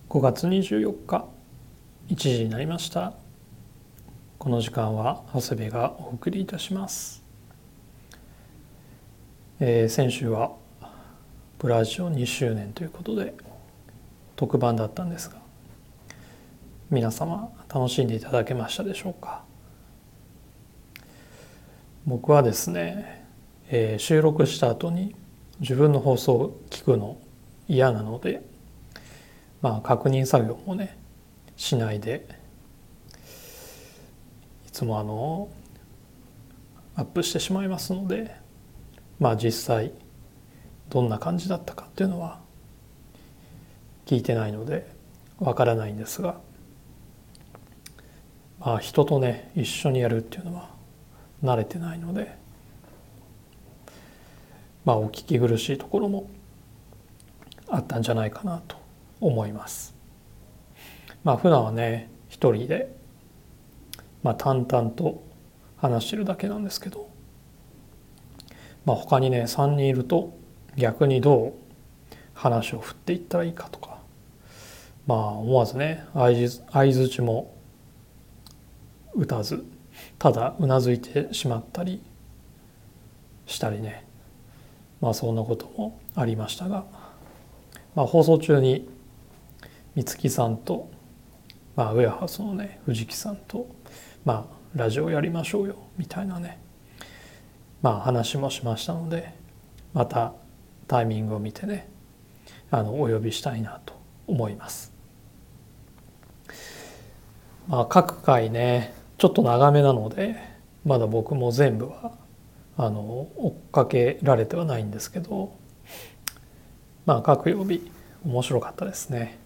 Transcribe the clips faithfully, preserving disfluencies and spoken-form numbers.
ごがつにじゅうよっかいちじになりました。この時間は長谷部がお送りいたします。えー、先週はブラジオにしゅうねんということで特番だったんですが、皆様楽しんでいただけましたでしょうか。僕はですね、えー、収録した後に自分の放送を聞くの嫌なので、まあ確認作業もねしないで、いつもあのアップしてしまいますので、まあ実際どんな感じだったかっていうのは聞いてないのでわからないんですが、まあ人とね一緒にやるっていうのは慣れてないので、まあお聞き苦しいところもあったんじゃないかなと思います。まあ普段はね一人でまあ淡々と話してるだけなんですけど、まあ他にねさんにんいると逆にどう話を振っていったらいいかとか、まあ思わずね相づちも打たずただうなずいてしまったりしたりね、まあそんなこともありましたが、まあ放送中に美月さんと、まあウェアハウスのね藤木さんと、まあラジオやりましょうよみたいなね、まあ話もしましたので、またタイミングを見てねあのお呼びしたいなと思います。まあ各回ねちょっと長めなのでまだ僕も全部はあの追っかけられてはないんですけど、まあ各曜日面白かったですね。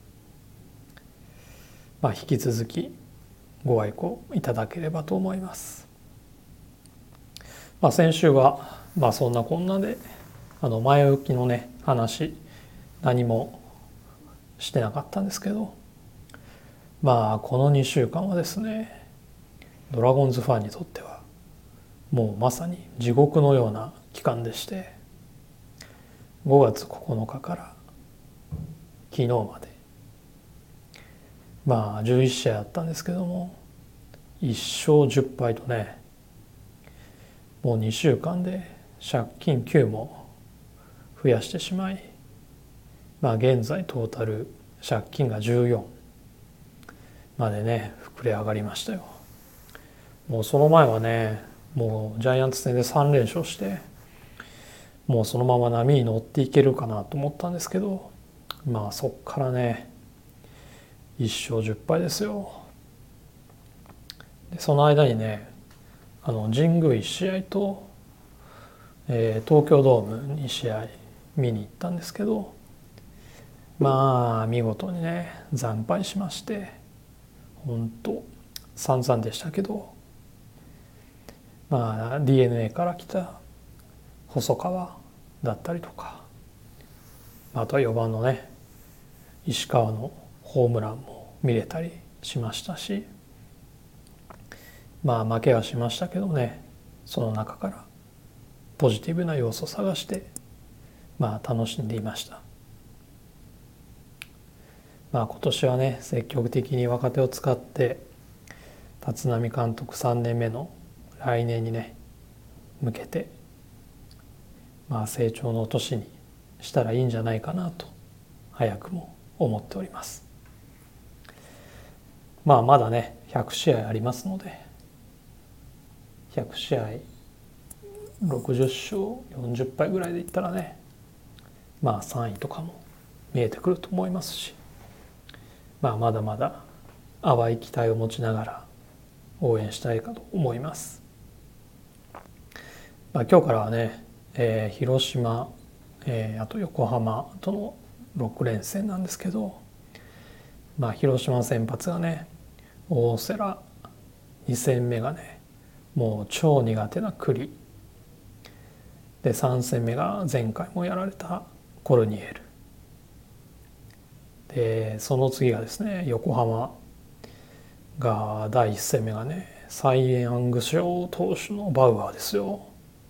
まあ引き続きご愛顧いただければと思います。まあ先週はまあそんなこんなであの前置きのね話何もしてなかったんですけど、まあこのにしゅうかんはですねドラゴンズファンにとってはもうまさに地獄のような期間でして、ごがつここのかから昨日までまあじゅういちしあいあったんですけども、いっしょうじゅっぱいとね、もうにしゅうかんで借金きゅうも増やしてしまい、まあ現在トータル借金がじゅうよんまでね膨れ上がりましたよ。もうその前はねもうジャイアンツ戦でさんれんしょうしてもうそのまま波に乗っていけるかなと思ったんですけど、まあそっからねいっしょうじゅっぱいですよ。でその間にねあの神宮いちしあいと、えー、東京ドームにしあい見に行ったんですけど、まあ見事にね惨敗しまして、本当散々でしたけど、まあ ディーエヌエー から来た細川だったりとか、あとはよばんのね石川のホームランも見れたりしましたし、まあ負けはしましたけどね、その中からポジティブな要素を探してまあ楽しんでいました。まあ今年はね積極的に若手を使って立浪監督さんねんめの来年にね向けてまあ成長の年にしたらいいんじゃないかなと早くも思っております。まあまだねひゃくしあいありますので、ひゃくしあいろくじゅっしょうよんじゅっぱいぐらいでいったらね、まあさんいとかも見えてくると思いますし、まあまだまだ淡い期待を持ちながら応援したいかと思います。まあ、今日からはね、えー、広島、えー、あと横浜とのろくれんせんなんですけど、まあ広島先発がね大瀬良、にせんめがねもう超苦手な栗で、さんせんめが前回もやられたコルニエルで、その次がですね横浜がだいいっせんめがねサイ・ヤング賞投手のバウアーですよ。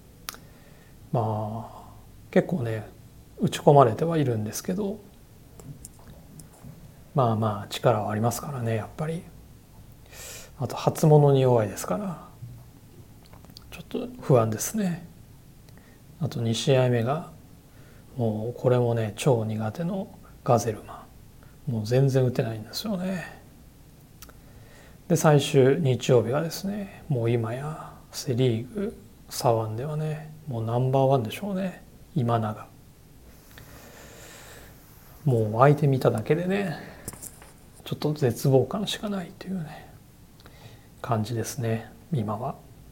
まあ結構ね打ち込まれてはいるんですけど、 まあまあ力はありますからね、やっぱり。あと初物に弱いですからちょっと不安ですね。あとに試合目がもうこれもね超苦手のガゼルマン、もう全然打てないんですよね。で最終日曜日がですね、もう今やセ・リーグ左腕ではねもうナンバーワンでしょうね、今永。もう相手見ただけでねちょっと絶望感しかないというね感じですね。今は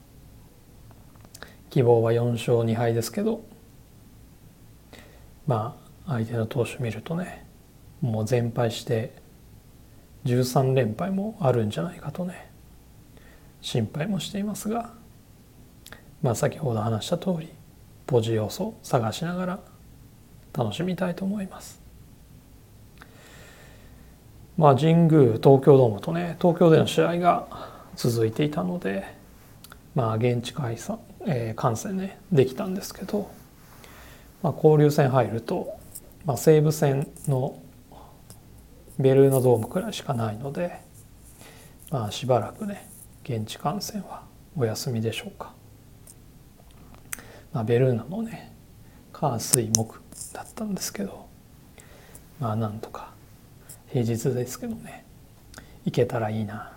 希望はよんしょうにはいですけど、まあ相手の投手見るとねもう全敗してじゅうさんれんぱいもあるんじゃないかとね心配もしていますが、まあ先ほど話した通りポジ要素を探しながら楽しみたいと思います。まあ神宮東京ドームとね東京での試合が続いていたので、まあ現地開催、えー、観戦ねできたんですけど、まあ、交流戦入ると、まあ、西武戦のベルーナドームくらいしかないので、まあ、しばらくね現地観戦はお休みでしょうか。まあ、ベルーナもね火水木だったんですけど、まあなんとか平日ですけどね行けたらいいな。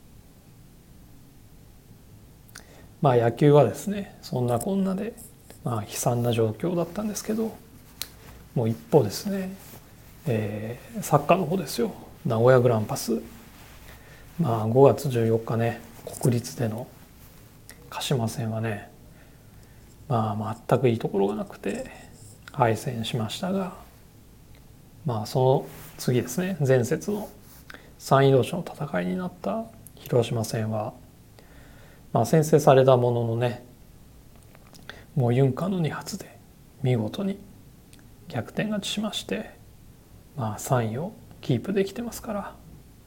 まあ野球はですねそんなこんなでまあ悲惨な状況だったんですけど、もう一方ですね、えー、サッカーの方ですよ。名古屋グランパス、まあごがつじゅうよっかね国立での鹿島戦はねまあ全くいいところがなくて敗戦しましたが、まあその次ですね前節のさんい同士の戦いになった広島戦は、まあ、先制されたもののねもうユンカーのに発で見事に逆転勝ちしまして、まあさんいをキープできてますから、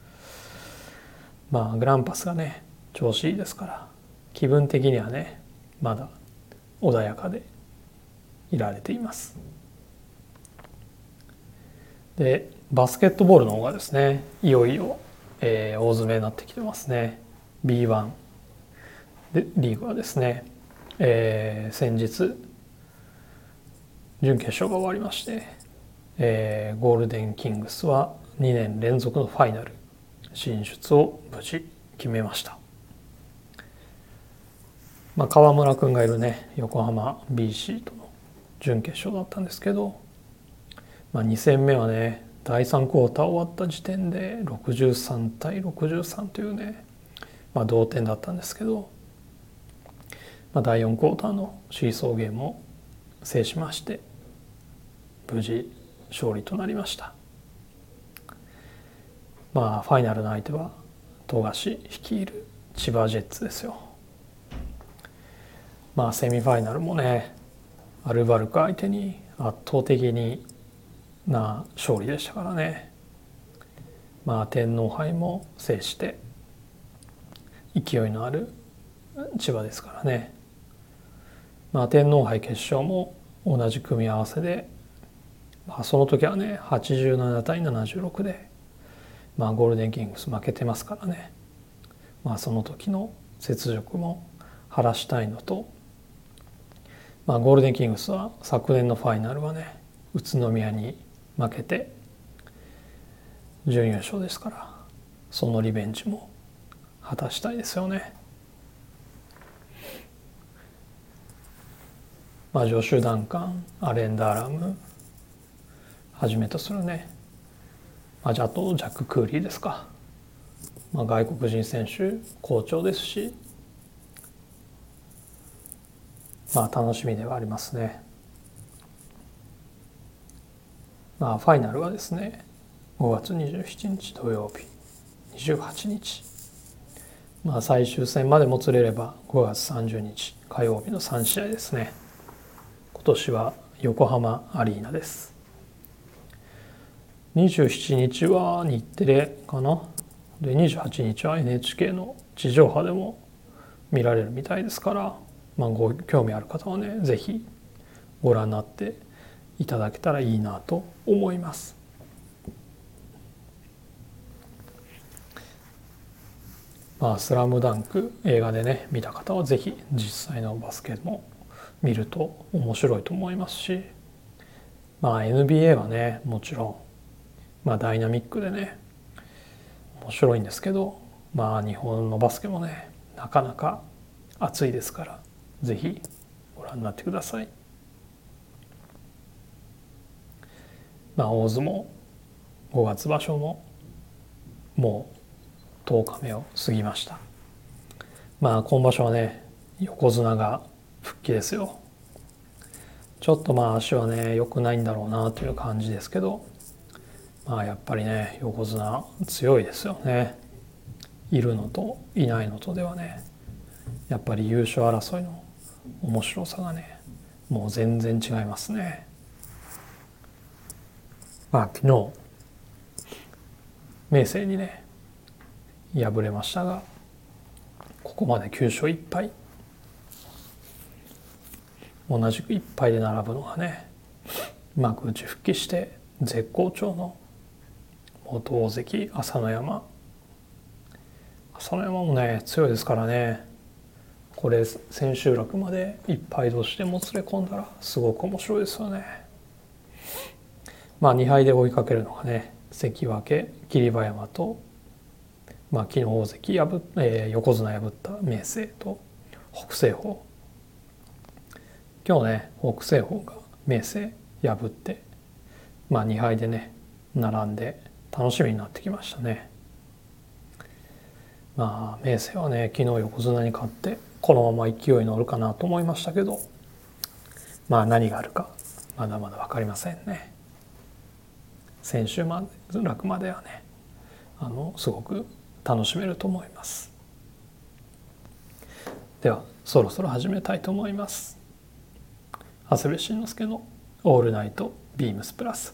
まあグランパスがね調子いいですから気分的にはねまだ穏やかでいられています。でバスケットボールの方がですねいよいよ、えー、大詰めになってきてますね。 ビーワン でリーグはですね、えー、先日準決勝が終わりまして、えー、ゴールデンキングスはにねん連続のファイナル進出を無事決めました。まあ、川村くんがいるね横浜 ビーシー との準決勝だったんですけど、まあ、に戦目はねだいさんクォーター終わった時点でろくじゅうさんたいろくじゅうさんというね、まあ、同点だったんですけど、まあ、だいよんクォーターのシーソーゲームを制しまして無事勝利となりました。まあファイナルの相手は富樫率いる千葉ジェッツですよ。まあセミファイナルもねアルバルク相手に圧倒的にな勝利でしたからね。まあ天皇杯も制して勢いのある千葉ですからね。まあ天皇杯決勝も同じ組み合わせで、まあ、その時はねはちじゅうななたいななじゅうろくで、まあ、ゴールデンキングス負けてますからね、まあ、その時の雪辱も晴らしたいのと、まあ、ゴールデンキングスは昨年のファイナルはね宇都宮に負けて準優勝ですから、そのリベンジも果たしたいですよね。まあ、ジョシュ・ダンカン、アレン・ダーラムはじめとするね、まあ、あとジャック・クーリーですか、まあ、外国人選手好調ですし、まあ楽しみではありますね。まあファイナルはですねごがつにじゅうしちにち土曜日、にじゅうはちにち、まあ最終戦までもつれればごがつさんじゅうにち火曜日のさんしあいですね。今年は横浜アリーナです。にじゅうしちにちは日テレかな。でにじゅうはちにちは エヌエイチケー の地上波でも見られるみたいですから、まあ、ご興味ある方はねぜひご覧になっていただけたらいいなと思います。 まあスラムダンク映画でね見た方はぜひ実際のバスケも見ると面白いと思いますし、まあ エヌビーエー はねもちろんまあダイナミックでね面白いんですけど、まあ日本のバスケもねなかなか熱いですから、ぜひご覧になってください。まあ大相撲ごがつ場所ももうとおかめを過ぎました。まあ今場所はね横綱が復帰ですよ。ちょっとまあ足はね良くないんだろうなという感じですけど、まあやっぱりね横綱強いですよね。いるのといないのとではねやっぱり優勝争いの面白さがねもう全然違いますね。まあ昨日明生にね敗れましたが、ここまできゅうしょういっぱい、同じくいっぱいで並ぶのがね幕内復帰して絶好調の元大関朝乃山。朝乃山もね強いですからね、これ千秋楽までいっぱい同士でもつれ込んだらすごく面白いですよね。まあにはいで追いかけるのがね関脇霧馬山と、まあ、昨日大関破、えー、横綱破った明生と北青鵬。今日ね北青鵬が明生破って、まあ、にはいでね並んで楽しみになってきましたね。まあ明生はね昨日横綱に勝ってこのまま勢いに乗るかなと思いましたけど、まあ何があるかまだまだ分かりませんね。千秋楽まではねあのすごく楽しめると思います。ではそろそろ始めたいと思います。長谷部慎之介のオールナイトビームスプラス。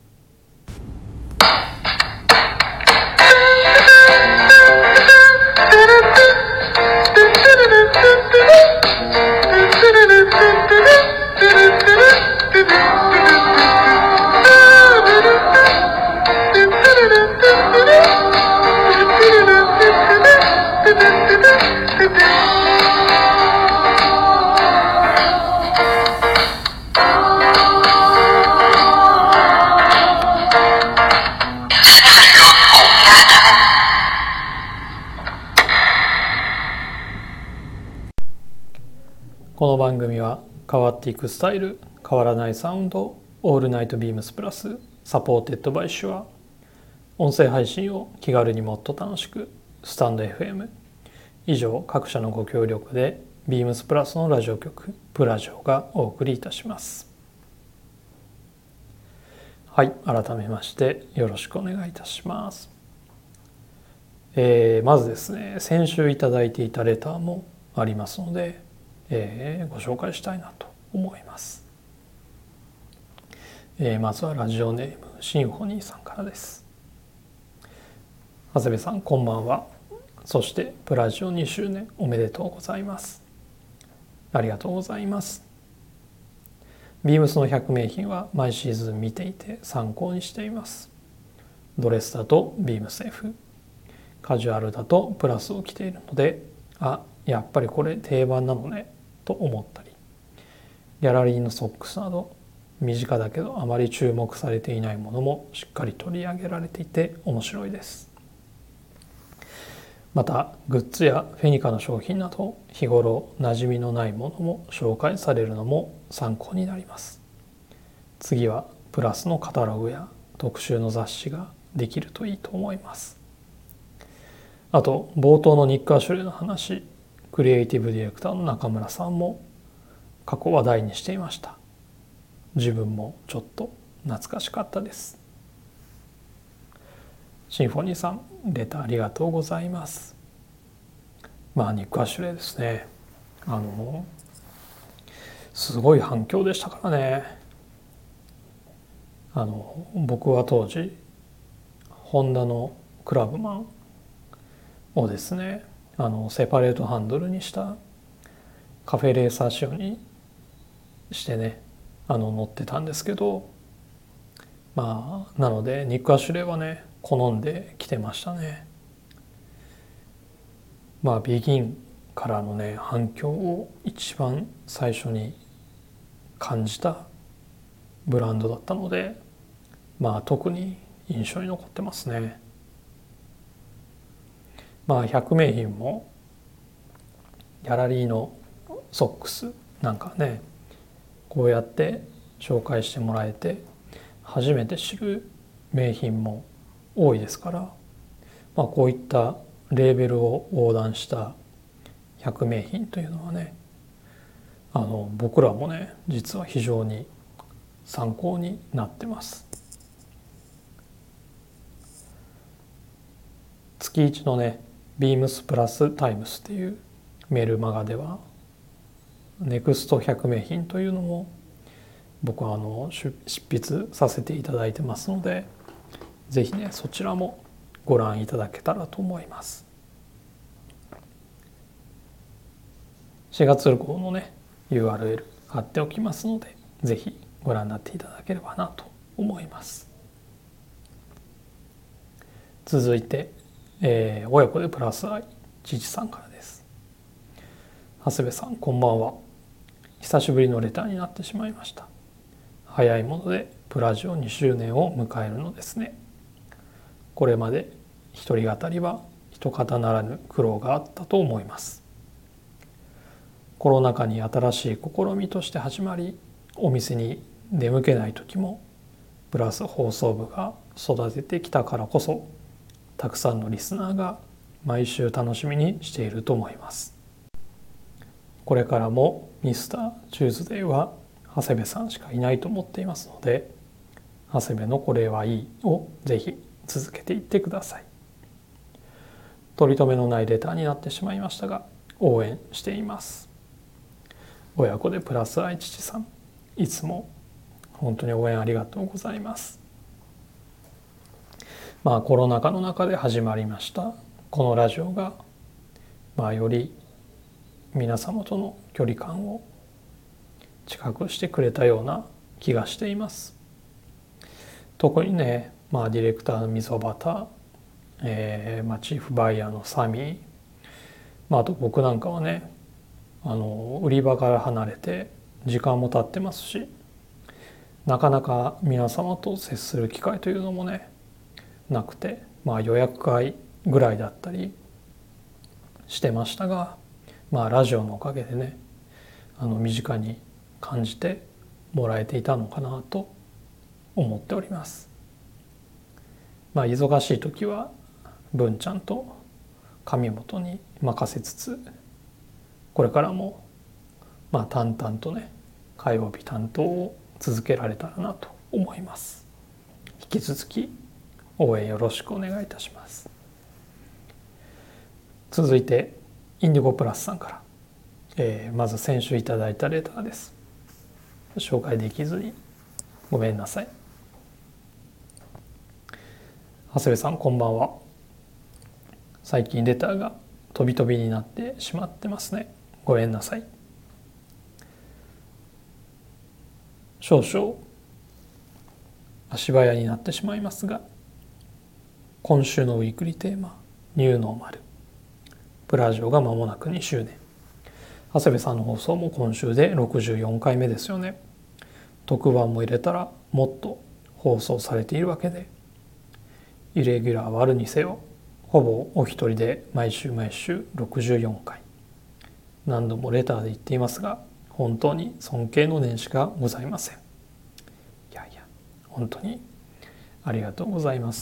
この番組は変わっていくスタイル、変わらないサウンド、オールナイトビームスプラス、サポーテッドバイシュア。音声配信を気軽にもっと楽しく、スタンド エフエム。以上各社のご協力でビームスプラスのラジオ局プラジオがお送りいたします。はい、改めましてよろしくお願いいたします。えー、まずですね、先週いただいていたレターもありますので、えー、ご紹介したいなと思います。えー、まずはラジオネームシンフォニーさんからです。長谷部さんこんばんは。そしてプラジオにしゅうねんおめでとうございます。ありがとうございます。ビームスのひゃくめいひんは毎シーズン見ていて参考にしています。ドレスだとビームス F、 カジュアルだとプラスを着ているので、あ、やっぱりこれ定番なのねと思ったり、ギャラリーのソックスなど身近だけどあまり注目されていないものもしっかり取り上げられていて面白いです。またグッズやフェニカの商品など日頃馴染みのないものも紹介されるのも参考になります。次はプラスのカタログや特集の雑誌ができるといいと思います。あと冒頭のニック・アシュレイの話、クリエイティブディレクターの中村さんも過去話題にしていました。自分もちょっと懐かしかったです。シンフォニーさん、レターありがとうございます。まあニック・アシュレイですね。あのすごい反響でしたからね。あの僕は当時ホンダのクラブマンをですね、あのセパレートハンドルにしたカフェレーサー仕様にしてねあの乗ってたんですけど、まあなのでニック・アシュレイはね好んできてましたね。 まあビギンからのね反響を一番最初に感じたブランドだったので、まあ特に印象に残ってますね。まあひゃく名品もギャラリーのソックスなんかね、こうやって紹介してもらえて初めて知る名品も多いですから、まあ、こういったレーベルを横断したひゃく名品というのはね、あの僕らもね実は非常に参考になってます。月いちのねビームスプラスタイムスっていうメルマガではネクストひゃく名品というのも僕はあの執筆させていただいてますので、ぜひねそちらもご覧いただけたらと思います。しがつ号のね ユーアールエル 貼っておきますので、ぜひご覧になっていただければなと思います。続いて、えー、親子でプラス愛父さんからです。長谷部さんこんばんは。久しぶりのレターになってしまいました。早いものでプラジオにしゅうねんを迎えるのですね。これまで一人語りは一方ならぬ苦労があったと思います。コロナ禍に新しい試みとして始まり、お店に出向けない時もプラス放送部が育ててきたからこそ、たくさんのリスナーが毎週楽しみにしていると思います。これからもミスターチューズデーは長谷部さんしかいないと思っていますので、長谷部のこれはいいをぜひ続けていってください。取り留めのないレターになってしまいましたが、応援しています。親子でプラス愛父さん、いつも本当に応援ありがとうございます。まあコロナ禍の中で始まりましたこのラジオが、まあより皆様との距離感を近くしてくれたような気がしています。特にね、まあディレクターの溝端、えーまあ、チーフバイヤーのサミー、まあ、あと僕なんかはね、あの売り場から離れて時間も経ってますし、なかなか皆様と接する機会というのもねなくて、まあ予約会ぐらいだったりしてましたが、まあラジオのおかげでね、あの身近に感じてもらえていたのかなと思っております。まあ忙しい時は文ちゃんと上本に任せつつ、これからもまあ淡々とね火曜日担当を続けられたらなと思います。引き続き応援よろしくお願いいたします。続いてインディゴプラスさんから、えー、まず先週いただいたレターです。紹介できずにごめんなさい。長谷部さんこんばんは。最近レターが飛び飛びになってしまってますね。ごめんなさい。少々足早になってしまいますが、今週のウィークリーテーマニューノーマル、プラジオが間もなくにしゅうねん。長谷部さんの放送も今週でろくじゅうよんかいめですよね。特番も入れたらもっと放送されているわけで、イレギュラーはあるにせよ、ほぼお一人で毎週毎週ろくじゅうよんかい、何度もレターで言っていますが、本当に尊敬の念しかございません。いやいや本当にありがとうございます。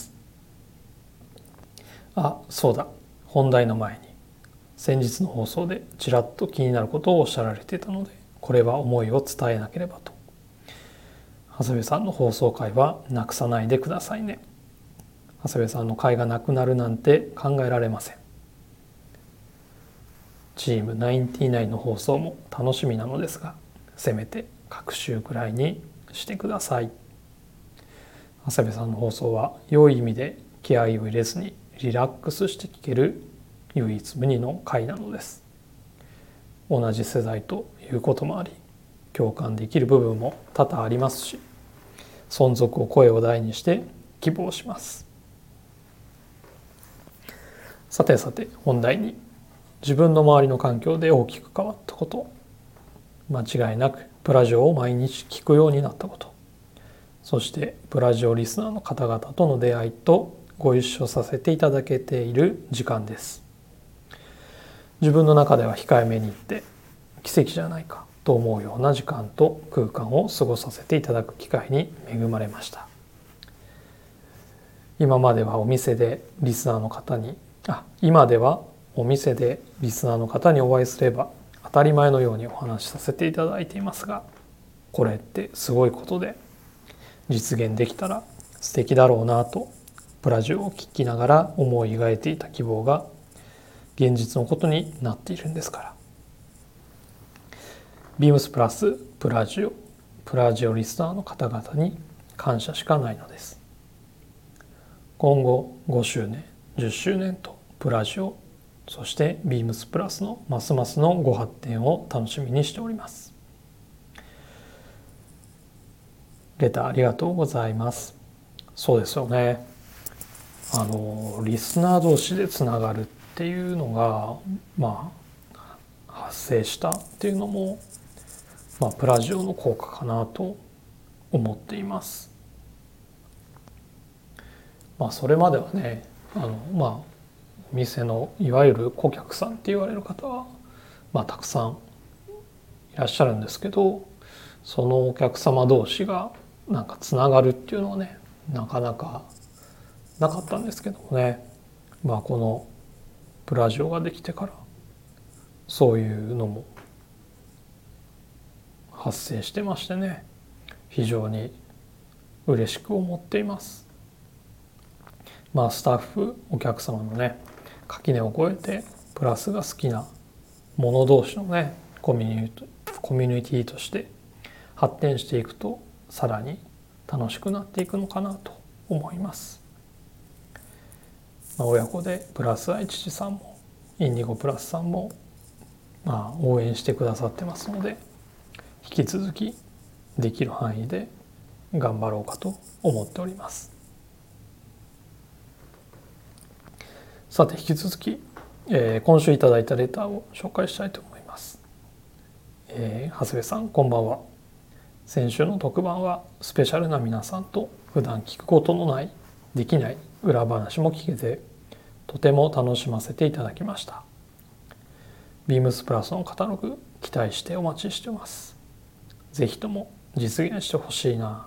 あ、そうだ、本題の前に先日の放送でちらっと気になることをおっしゃられていたので、これは思いを伝えなければと。長谷部さんの放送回はなくさないでくださいね。長谷部さんの回がなくなるなんて考えられません。チームナインティナインの放送も楽しみなのですが、せめて各週くらいにしてください。長谷部さんの放送は良い意味で気合を入れずにリラックスして聞ける唯一無二の回なのです。同じ世代ということもあり、共感できる部分も多々ありますし、存続を声を大にして希望します。さてさて本題に自分の周りの環境で大きく変わったこと、間違いなくプラジオを毎日聞くようになったこと、そしてプラジオリスナーの方々との出会いとご一緒させていただけている時間です。自分の中では控えめに言って奇跡じゃないかと思うような時間と空間を過ごさせていただく機会に恵まれました。今まではお店でリスナーの方にあ今ではお店でリスナーの方にお会いすれば当たり前のようにお話しさせていただいていますが、これってすごいことで、実現できたら素敵だろうなとプラジオを聞きながら思い描いていた希望が現実のことになっているんですから。ビームスプラスプラジオプラジオリスナーの方々に感謝しかないのです。今後ごしゅうねんじゅっしゅうねんとプラジオ、そしてビームスプラスのますますのご発展を楽しみにしております。レターありがとうございます。そうですよね。あのリスナー同士でつながるっていうのがまあ発生したっていうのも、まあ、プラジオの効果かなと思っています。まあそれまではね、あのまあお店のいわゆる顧客さんって言われる方はまあたくさんいらっしゃるんですけど、そのお客様同士がなんかつながるっていうのはね、なかなかなかったんですけどもね、まあこのプラジオができてからそういうのも発生してましてね、非常に嬉しく思っています。まあスタッフお客様のね垣根を越えてプラスが好きな者同士のねコミュニティ、コミュニティとして発展していくとさらに楽しくなっていくのかなと思います。まあ、親子でプラス愛父さんもインディゴプラスさんもまあ応援してくださってますので、引き続きできる範囲で頑張ろうかと思っております。さて引き続き、えー、今週いただいたレターを紹介したいと思います。えー、長谷部さんこんばんは。先週の特番はスペシャルな皆さんと普段聞くことのないできない裏話も聞けてとても楽しませていただきました。ビームスプラスのカタログ期待してお待ちしています。ぜひとも実現してほしいな。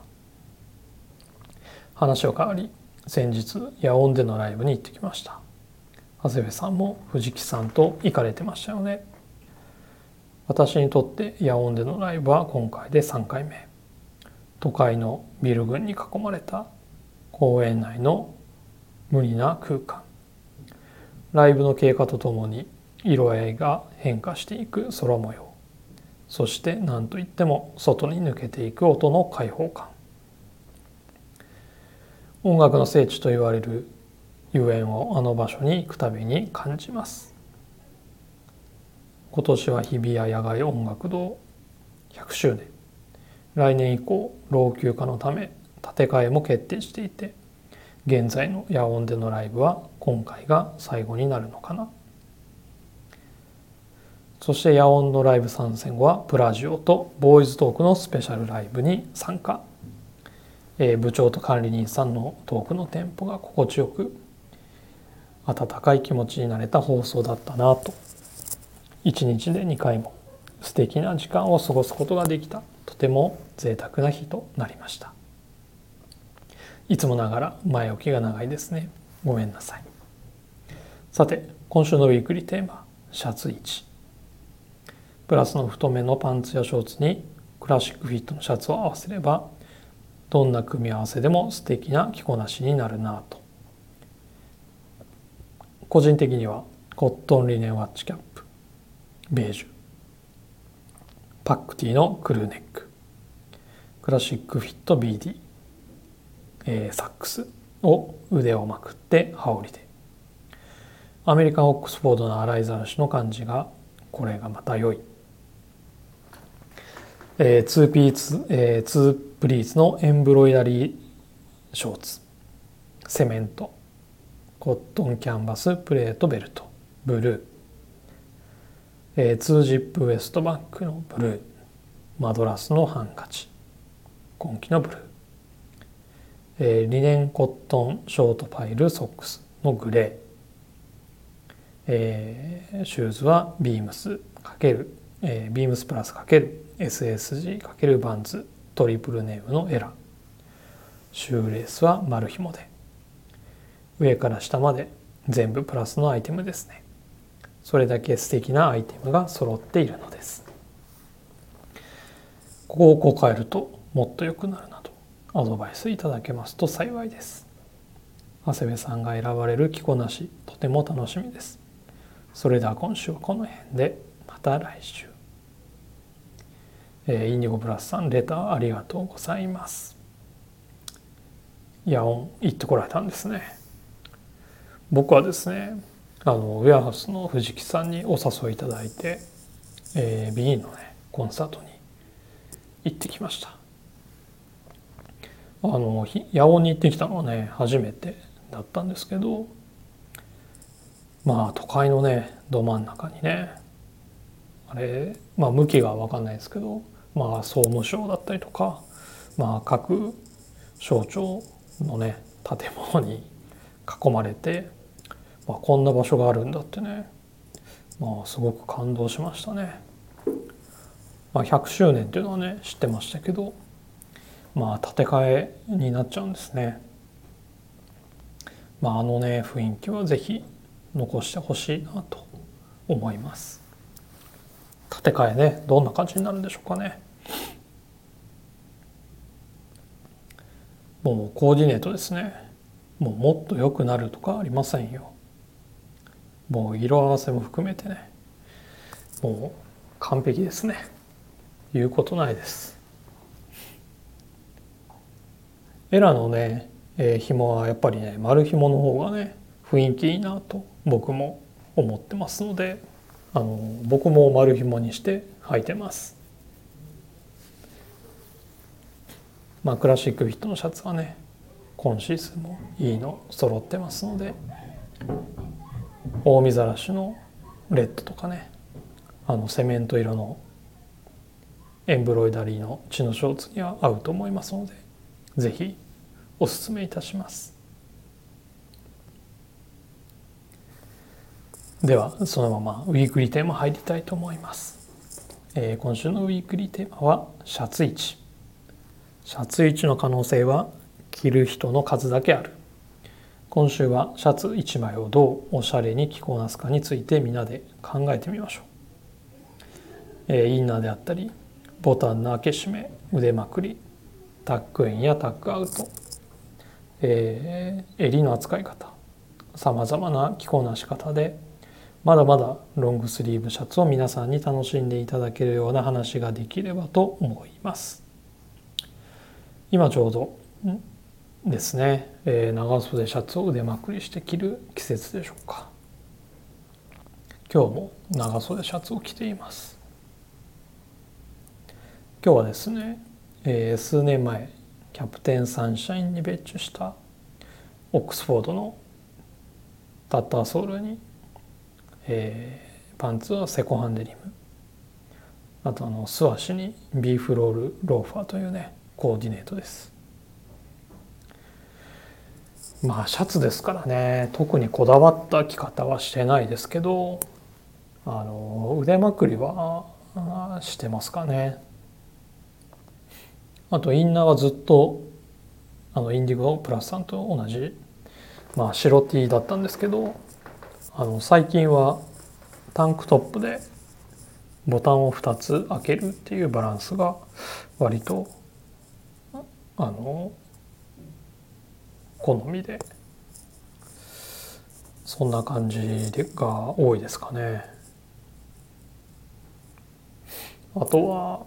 話を変わり、先日野音でのライブに行ってきました。長谷部さんも藤木さんと行かれてましたよね。私にとって野音でのライブは今回でさんかいめ。都会のビル群に囲まれた公園内の無理な空間。ライブの経過とともに色合いが変化していく空模様。そして何といっても外に抜けていく音の開放感。音楽の聖地と言われる遊園をあの場所に行くたびに感じます。今年は日比谷野外音楽堂ひゃくしゅうねん。来年以降老朽化のため建て替えも決定していて、現在の野音でのライブは今回が最後になるのかな。そして野音のライブ参戦後はプラジオとボーイズトークのスペシャルライブに参加。えー、部長と管理人さんのトークのテンポが心地よく温かい気持ちになれた放送だったなと、いちにちでにかいも素敵な時間を過ごすことができた、とても贅沢な日となりました。いつもながら前置きが長いですね。ごめんなさい。さて今週のウィークリーテーマ、シャツいち。プラスの太めのパンツやショーツにクラシックフィットのシャツを合わせれば、どんな組み合わせでも素敵な着こなしになるなと。個人的にはコットンリネンワッチキャップベージュ、パックティーのクルーネック、クラシックフィット ビーディー、えー、サックスを腕をまくって羽織で、アメリカンオックスフォードの洗いざらしの感じがこれがまた良い。えー、ツーピーツ、えー、ツープリーツのエンブロイダリーショーツ、セメント、コットンキャンバスプレートベルト、ブルー、 えー、ツージップウエストバッグのブルー、マドラスのハンカチ、今季のブルー、えー、リネンコットンショートパイルソックスのグレー、えー、シューズはビームス×、えー、ビームスプラス ×エスエスジー × バンズトリプルネームのエラー、シューレースは丸紐で、上から下まで全部プラスのアイテムですね。それだけ素敵なアイテムが揃っているのです。ここをこう変えるともっと良くなるなどアドバイスいただけますと幸いです。長谷部さんが選ばれる着こなし、とても楽しみです。それでは今週はこの辺で、また来週。えー、インディゴプラスさん、レターありがとうございます。野音行ってこられたんですね。僕はですね、あのウェアハウスの藤木さんにお誘いいただいて、えー、ビギンのねコンサートに行ってきました。あの野音に行ってきたのはね初めてだったんですけど、まあ都会のねど真ん中にね、あれまあ向きが分かんないですけど、まあ総務省だったりとか、まあ各省庁のね建物に囲まれて、まあ、こんな場所があるんだってね、まあすごく感動しましたね。まあ、ひゃくしゅうねんっていうのはね知ってましたけど、まあ建て替えになっちゃうんですね。まああのね雰囲気はぜひ残してほしいなと思います。建て替えねどんな感じになるんでしょうかね。もうコーディネートですね。もうもっと良くなるとかありませんよ。もう色合わせも含めてね、もう完璧ですね。言うことないです。エラのね、えー、紐はやっぱりね丸紐の方がね雰囲気いいなと僕も思ってますので、あの僕も丸紐にして履いてます。まあクラシックフィットのシャツはね今シーズンもいいの揃ってますので、大見ざらしのレッドとかね、あのセメント色のエンブロイダリーのチノショーツには合うと思いますので、ぜひおすすめいたします。ではそのままウィークリーテーマ入りたいと思います。えー、今週のウィークリーテーマはシャツ位置。シャツ位置の可能性は着る人の数だけある。今週はシャツいちまいをどうおしゃれに着こなすかについてみんなで考えてみましょう。えー、インナーであったりボタンの開け閉め、腕まくり、タックインやタックアウト、えー、襟の扱い方、さまざまな着こなし方でまだまだロングスリーブシャツを皆さんに楽しんでいただけるような話ができればと思います。今ちょうどですね、えー、長袖シャツを腕まくりして着る季節でしょうか。今日も長袖シャツを着ています。今日はですね、えー、数年前キャプテンサンシャインに別注したオックスフォードのタッターソールに、えー、パンツはセコハンデニム、あとあの素足にビーフロールローファーというねコーディネートです。まあシャツですからね特にこだわった着方はしてないですけど、あの腕まくりはしてますかね。あとインナーはずっとあのインディゴプラスさんと同じ、まあ、白 T だったんですけど、あの最近はタンクトップでボタンをふたつ開けるっていうバランスが割とあの好みで、そんな感じが多いですかね。あとは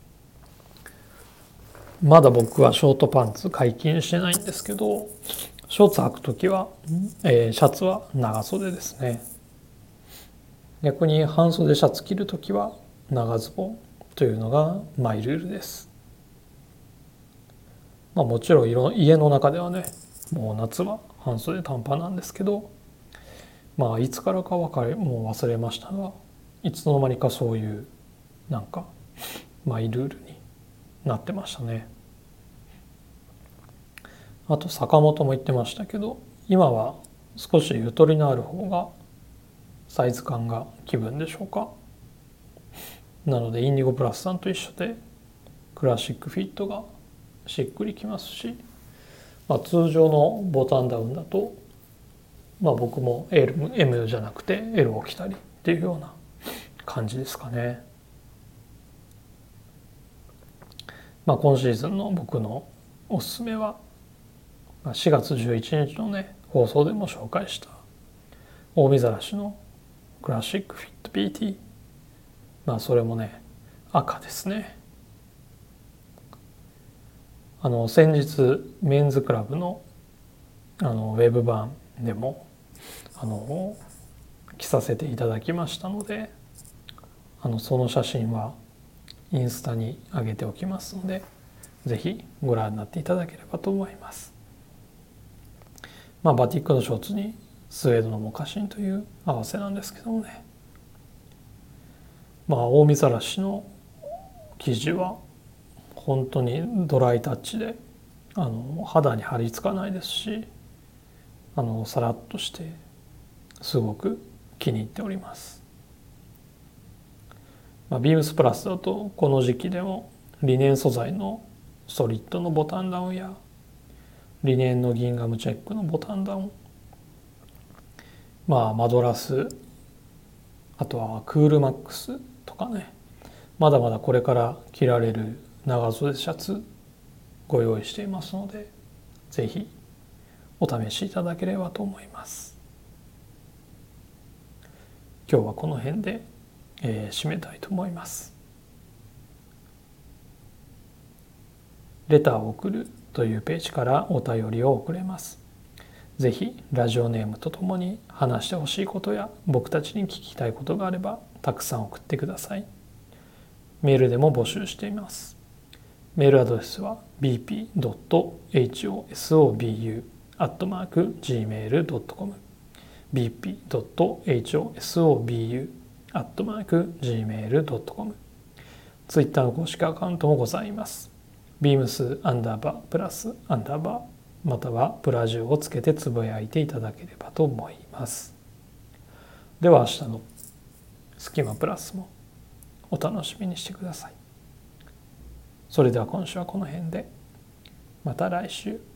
まだ僕はショートパンツ解禁してないんですけど、ショーツ履くときは、えー、シャツは長袖ですね。逆に半袖シャツ着るときは長ズボンというのがマイルールです。まあ、もちろん家の中ではねもう夏は半袖短パンなんですけど、まあいつからか分かれもう忘れましたが、 いつの間にかそういうなんかマイルールになってましたね。あと坂本も言ってましたけど、今は少しゆとりのある方がサイズ感が気分でしょうか。なのでインディゴプラスさんと一緒でクラシックフィットがしっくりきますし、まあ、通常のボタンダウンだと、まあ、僕も エル、エム じゃなくて エル を着たりっていうような感じですかね。まあ、今シーズンの僕のおすすめはしがつじゅういちにちのね放送でも紹介した大見ざらしのクラシックフィット ピーティー、 まあそれもね赤ですね。あの先日メンズクラブのあのウェブ版でもあの着させていただきましたので、あのその写真はインスタに上げておきますので、ぜひご覧になっていただければと思います。まあバティックのショーツにスウェードのモカシンという合わせなんですけどもね、まあ大見ざらしの生地は本当にドライタッチであの肌に張り付かないですし、あのさらっとしてすごく気に入っております。まあ、ビームスプラスだとこの時期でもリネン素材のソリッドのボタンダウンやリネンのギンガムチェックのボタンダウン、まあマドラス、あとはクールマックスとかね、まだまだこれから着られる長袖シャツご用意していますので、ぜひお試しいただければと思います。今日はこの辺で、えー、締めたいと思います。レターを送るというページからお便りを送れます。ぜひラジオネームとともに話してほしいことや僕たちに聞きたいことがあればたくさん送ってください。メールでも募集しています。メールアドレスは ビーピードットホソブアットマークジーメールドットコム ビーピードットホソブアットマークジーメールドットコム。 ツイッターの公式アカウントもございます。ビームスアンダーバープラスアンダーバーまたはプラジオをつけてつぶやいていただければと思います。では明日のスキマプラスもお楽しみにしてください。それでは今週はこの辺で、また来週。